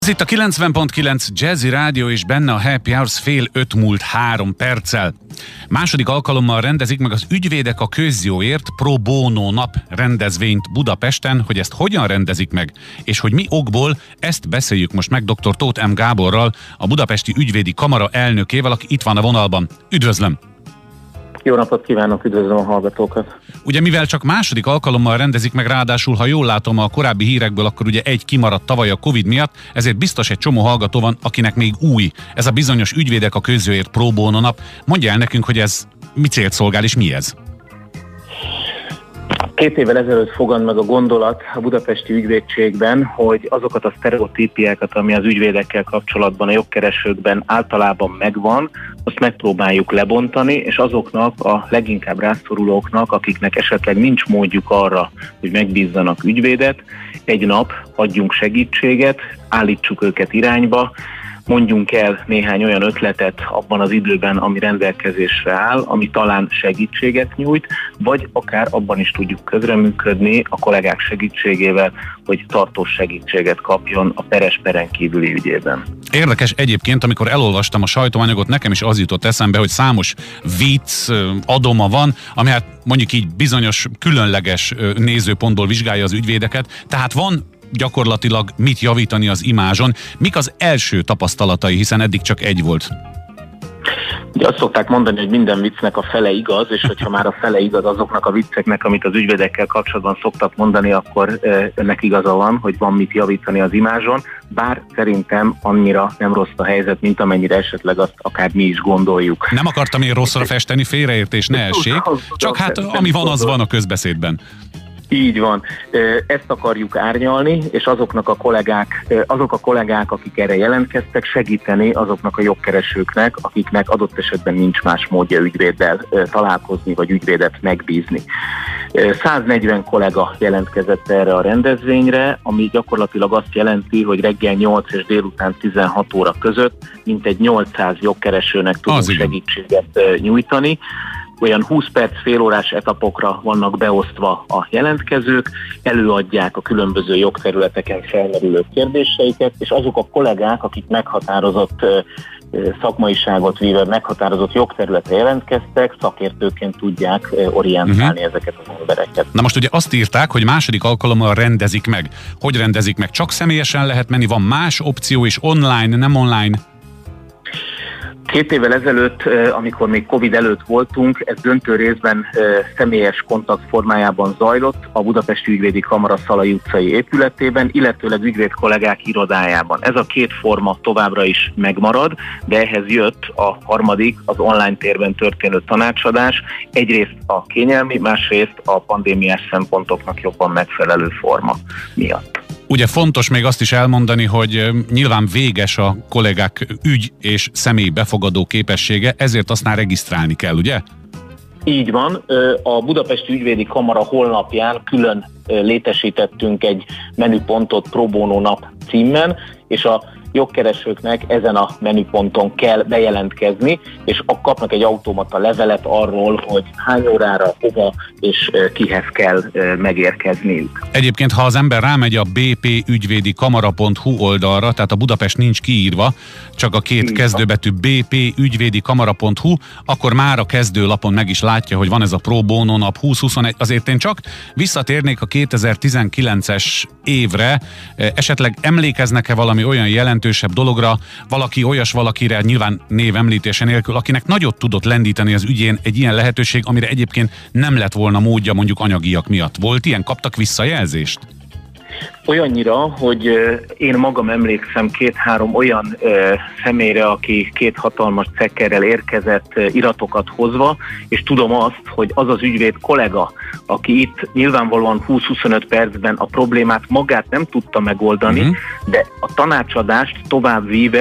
Ez itt a 90.9 Jazzy Rádió, és benne a Happy Hours 4:05 Második alkalommal rendezik meg az Ügyvédek a Közjóért Pro Bono nap rendezvényt Budapesten. Hogy ezt hogyan rendezik meg, és hogy mi okból, ezt beszéljük most meg dr. Tóth M. Gáborral, a Budapesti Ügyvédi Kamara elnökével, aki itt van a vonalban. Üdvözlöm! Jó napot kívánok, üdvözlöm a hallgatókat! Ugye mivel csak második alkalommal rendezik meg, ráadásul, ha jól látom a korábbi hírekből, akkor ugye egy kimaradt tavaly a Covid miatt, ezért biztos egy csomó hallgató van, akinek még új ez a bizonyos Ügyvédek a Közjóért Pro Bono nap. Mondja el nekünk, hogy ez mi célt szolgál, és mi ez? 2 évvel ezelőtt fogant meg a gondolat a budapesti ügyvédségben, hogy azokat a sztereotípiákat, ami az ügyvédekkel kapcsolatban a jogkeresőkben általában megvan, azt megpróbáljuk lebontani, és azoknak a leginkább rászorulóknak, akiknek esetleg nincs módjuk arra, hogy megbízzanak ügyvédet, egy nap adjunk segítséget, állítsuk őket irányba, mondjunk el néhány olyan ötletet abban az időben, ami rendelkezésre áll, ami talán segítséget nyújt, vagy akár abban is tudjuk közreműködni a kollégák segítségével, hogy tartós segítséget kapjon a peren kívüli ügyében. Érdekes egyébként, amikor elolvastam a sajtóanyagot, nekem is az jutott eszembe, hogy számos vicc, adoma van, ami hát mondjuk így bizonyos különleges nézőpontból vizsgálja az ügyvédeket, tehát van gyakorlatilag mit javítani az imázson. Mik az első tapasztalatai, hiszen eddig csak egy volt? Ugye azt szokták mondani, hogy minden viccnek a fele igaz, és hogyha már a fele igaz azoknak a vicceknek, amit az ügyvédekkel kapcsolatban szoktak mondani, akkor önnek igaza van, hogy van mit javítani az imázson, bár szerintem annyira nem rossz a helyzet, mint amennyire esetleg azt akár mi is gondoljuk. Nem akartam én rosszra festeni, félreértés ne essék, csak hát ami van, az van a közbeszédben. Így van. Ezt akarjuk árnyalni, és azok a kollégák, akik erre jelentkeztek, segíteni azoknak a jogkeresőknek, akiknek adott esetben nincs más módja ügyvéddel találkozni, vagy ügyvédet megbízni. 140 kollega jelentkezett erre a rendezvényre, ami gyakorlatilag azt jelenti, hogy reggel 8 és délután 16 óra között mintegy 800 jogkeresőnek tudunk segítséget nyújtani. Olyan 20 perc, félórás etapokra vannak beosztva a jelentkezők, előadják a különböző jogterületeken felmerülő kérdéseiket, és azok a kollégák, akik meghatározott szakmaiságot víve, meghatározott jogterületre jelentkeztek, szakértőként tudják orientálni ezeket az embereket. Na most ugye azt írták, hogy második alkalommal rendezik meg. Hogy rendezik meg? Csak személyesen lehet menni? Van más opció is? Online, nem online? 2 évvel ezelőtt, amikor még Covid előtt voltunk, ez döntő részben személyes kontakt formájában zajlott a Budapesti Ügyvédi Kamara Szalai utcai épületében, illetőleg ügyvéd kollégák irodájában. Ez a 2 forma továbbra is megmarad, de ehhez jött a harmadik, az online térben történő tanácsadás, egyrészt a kényelmi, másrészt a pandémiás szempontoknak jobban megfelelő forma miatt. Ugye fontos még azt is elmondani, hogy nyilván véges a kollégák ügy és személy befogadó képessége, ezért aztán regisztrálni kell, ugye? Így van. A Budapesti Ügyvédi Kamara honlapján külön létesítettünk egy menüpontot Pro Bono nap címen, és a jogkeresőknek ezen a menüponton kell bejelentkezni, és kapnak egy automata levelet arról, hogy hány órára, hova és kihez kell megérkezniük. Egyébként, ha az ember rámegy a bpügyvédikamara.hu oldalra, tehát a Budapest nincs kiírva, csak a 2 kezdőbetű bpügyvédikamara.hu, akkor már a kezdőlapon meg is látja, hogy van ez a Pro Bono nap 2021. Azért én csak visszatérnék a 2019-es évre, esetleg emlékeznek-e valami olyan jelentősebb dologra, valakire, nyilván név említése nélkül, akinek nagyot tudott lendíteni az ügyén egy ilyen lehetőség, amire egyébként nem lett volna módja mondjuk anyagiak miatt. Volt ilyen? Kaptak visszajelzést? Olyannyira, hogy én magam emlékszem 2-3 olyan személyre, aki 2 hatalmas cekkerrel érkezett iratokat hozva, és tudom azt, hogy az az ügyvéd kollega, aki itt nyilvánvalóan 20-25 percben a problémát magát nem tudta megoldani, de a tanácsadást tovább víve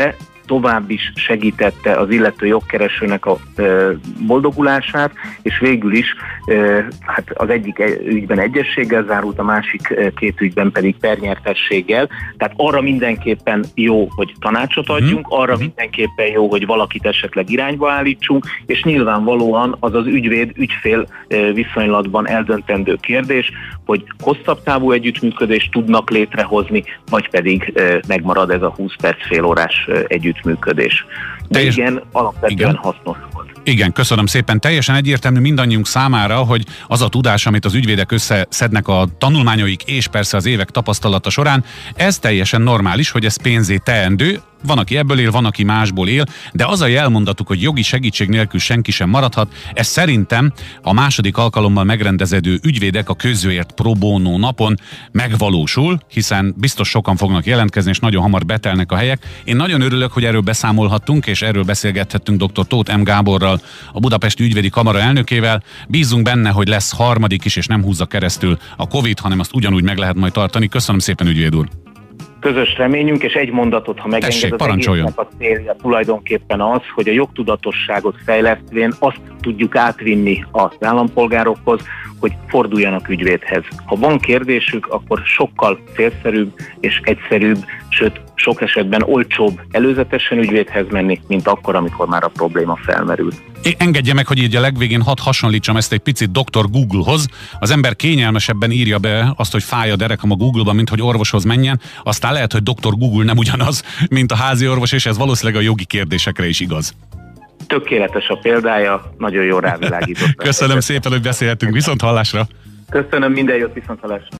tovább is segítette az illető jogkeresőnek a boldogulását, és végül is hát az egyik ügyben egyezséggel zárult, a másik két ügyben pedig pernyertességgel. Tehát arra mindenképpen jó, hogy tanácsot adjunk, arra mindenképpen jó, hogy valakit esetleg irányba állítsunk, és nyilvánvalóan az az ügyvéd-ügyfél viszonylatban eldöntendő kérdés, hogy hosszabb távú együttműködést tudnak létrehozni, vagy pedig megmarad ez a 20 perc fél órás együttműködés. De igen, alapvetően hasznos volt. Igen, köszönöm szépen. Teljesen egyértelmű mindannyiunk számára, hogy az a tudás, amit az ügyvédek összeszednek a tanulmányaik és persze az évek tapasztalata során, ez teljesen normális, hogy ez pénzé teendő. Van, aki ebből él, van, aki másból él, de az a jelmondatuk, hogy jogi segítség nélkül senki sem maradhat, ez szerintem a második alkalommal megrendeződő ügyvédek a közjóért pro bono napon megvalósul, hiszen biztos sokan fognak jelentkezni, és nagyon hamar betelnek a helyek. Én nagyon örülök, hogy erről beszámolhattunk, és erről beszélgethettünk dr. Tóth M. Gáborral, a Budapesti Ügyvédi Kamara elnökével. Bízunk benne, hogy lesz harmadik is, és nem húzza keresztül a Covid, hanem azt ugyanúgy meg lehet majd tartani. Köszönöm szépen, ügyvéd úr! Közös reményünk, és egy mondatot, ha megenged, az egésznek a célja tulajdonképpen az, hogy a jogtudatosságot fejlesztvén azt tudjuk átvinni az állampolgárokhoz, hogy forduljanak ügyvédhez. Ha van kérdésük, akkor sokkal célszerűbb és egyszerűbb, sőt sok esetben olcsóbb előzetesen ügyvédhez menni, mint akkor, amikor már a probléma felmerült. Engedje meg, hogy így a legvégén hadd hasonlítsam ezt egy picit Dr. Google-hoz. Az ember kényelmesebben írja be azt, hogy fáj a derekam a Google-ba, mint hogy orvoshoz menjen. Aztán lehet, hogy Dr. Google nem ugyanaz, mint a házi orvos, és ez valószínűleg a jogi kérdésekre is igaz. Tökéletes a példája, nagyon jól rávilágított. Köszönöm szépen, hogy beszélhetünk. Viszont hallásra! Köszönöm, minden jót, viszont hallásra!